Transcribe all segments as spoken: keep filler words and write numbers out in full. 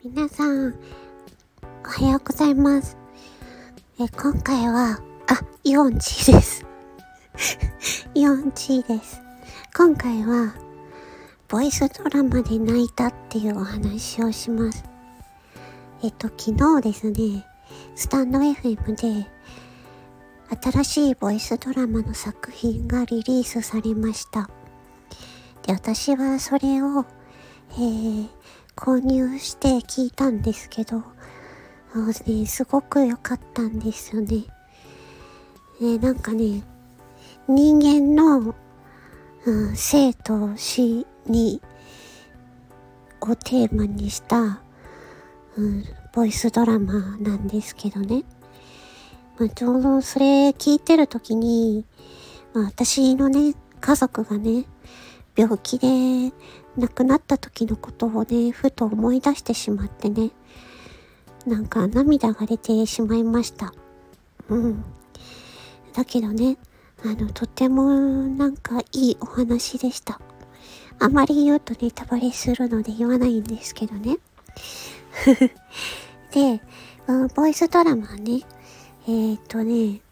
皆さん、おはようございます。え今回は、あ、イオンチーです。イオンチーです。今回は、ボイスドラマで泣いたっていうお話をします。えっと、昨日ですね、スタンド エフエム で、新しいボイスドラマの作品がリリースされました。で、私はそれを、えー、購入して聞いたんですけど、あのね、すごく良かったんですよね。えー、なんかね、人間の、うん、生と死にをテーマにした、うん、ボイスドラマなんですけどね。まあ、ちょうどそれ聞いてる時に、まあ、私のね、家族がね、病気で亡くなった時のことをね、ふと思い出してしまってね、なんか涙が出てしまいました。うん。だけどね、あの、とてもなんかいいお話でした。あまり言うとネタバレするので言わないんですけどね。で、ボイスドラマはね、えー、っとね、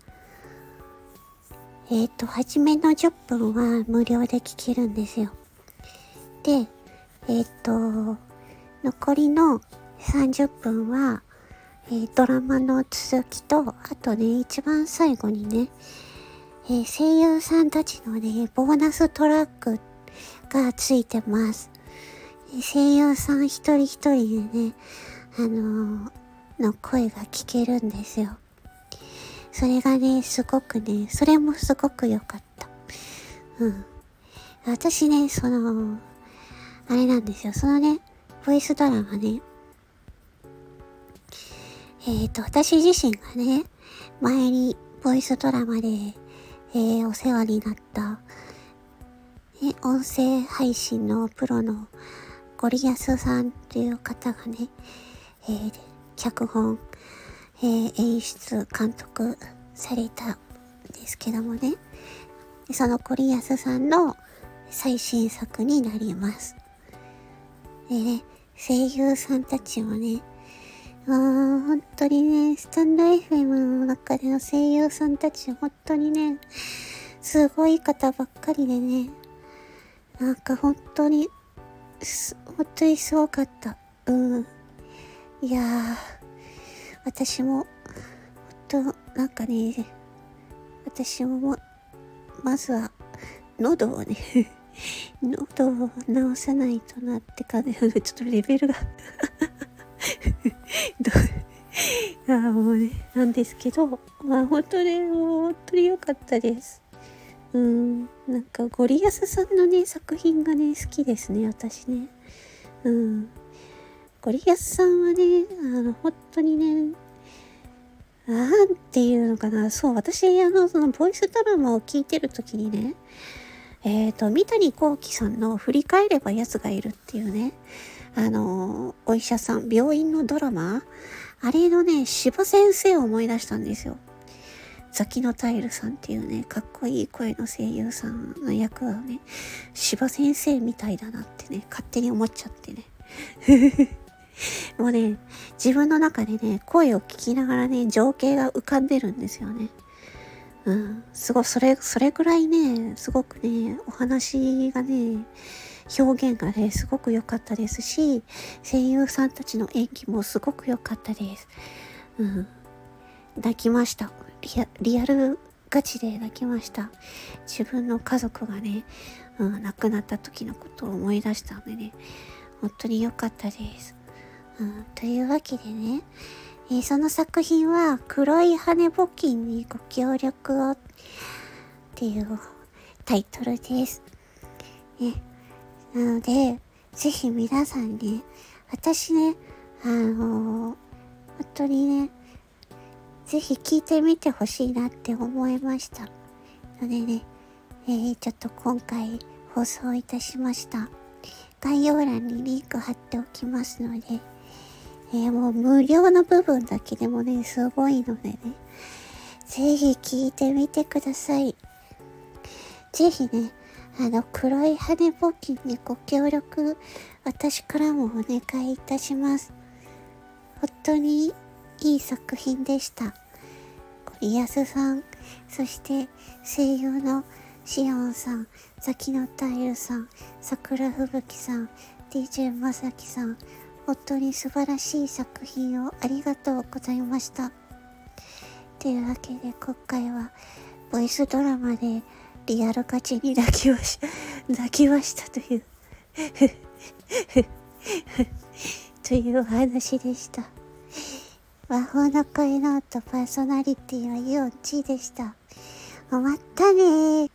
えー、っと、初めのじゅっぷんは無料で聞けるんですよ。で、えー、っと、残りのさんじゅっぷんは、えー、ドラマの続きと、あとね、一番最後にね、えー、声優さんたちのね、ボーナストラックがついてます。えー、声優さん一人一人でね、あのー、の声が聞けるんですよ。それがね、すごくね、それもすごく良かった。うん。私ね、その、あれなんですよ。そのね、ボイスドラマね、えっと、私自身がね、前にボイスドラマで、えー、お世話になった、え音声配信のプロのゴリヤスさんという方がね、えー、脚本、えー、演出、監督されたんですけどもね、そのゴリヤスさんの最新作になります。でね、声優さんたちもね、あー本当にね、スタンド エフエム の中での声優さんたち本当にね、すごい方ばっかりでね、なんか本当に、本当にすごかった。うん。いやー、私も、本当なんかね、私も、まずは、喉をね、喉を治さないとなってかね、ちょっとレベルがどあもうね、なんですけど、まあ本当に、もう本当に良かったです。うん、なんかゴリアスさんのね、作品がね、好きですね、私ね。うん。ゴリアスさんはね、あの、本当にね、なんていうのかな、そう、私、あの、その、ボイスドラマを聞いてるときにね、えっと、三谷幸喜さんの振り返れば奴がいるっていうね、あの、お医者さん、病院のドラマ、あれのね、柴先生を思い出したんですよ。ザキノタイルさんっていうね、かっこいい声の声優さんの役はね、柴先生みたいだなってね、勝手に思っちゃってね。もうね、自分の中でね、声を聞きながらね、情景が浮かんでるんですよね。うん、すごい、それ、それぐらいね、すごくね、お話がね、表現がね、すごく良かったですし、声優さんたちの演技もすごく良かったです。うん。泣きました。リア、リアルガチで泣きました。自分の家族がね、うん、亡くなった時のことを思い出したのでね、本当に良かったです。うん、というわけでね、えー、その作品は黒い羽募金にご協力をっていうタイトルです。ね、なので、ぜひ皆さんね、私ね、あのー、本当にね、ぜひ聞いてみてほしいなって思いました。のでね、えー、ちょっと今回放送いたしました。概要欄にリンク貼っておきますので、えー、もう無料の部分だけでもね、すごいのでね、ぜひ聞いてみてください。ぜひね、あの、黒い羽募金にご協力、私からもお願いいたします。 本当にいい作品でした。ゴリアスさん、そして声優のシオンさん、ザキノタイルさん、桜吹雪さん、ディージェー まさきさん、本当に素晴らしい作品をありがとうございました。というわけで今回はボイスドラマでリアルガチに泣きまし泣きましたというというお話でした。魔法の恋ノートパーソナリティはイオンチーでした。またねー。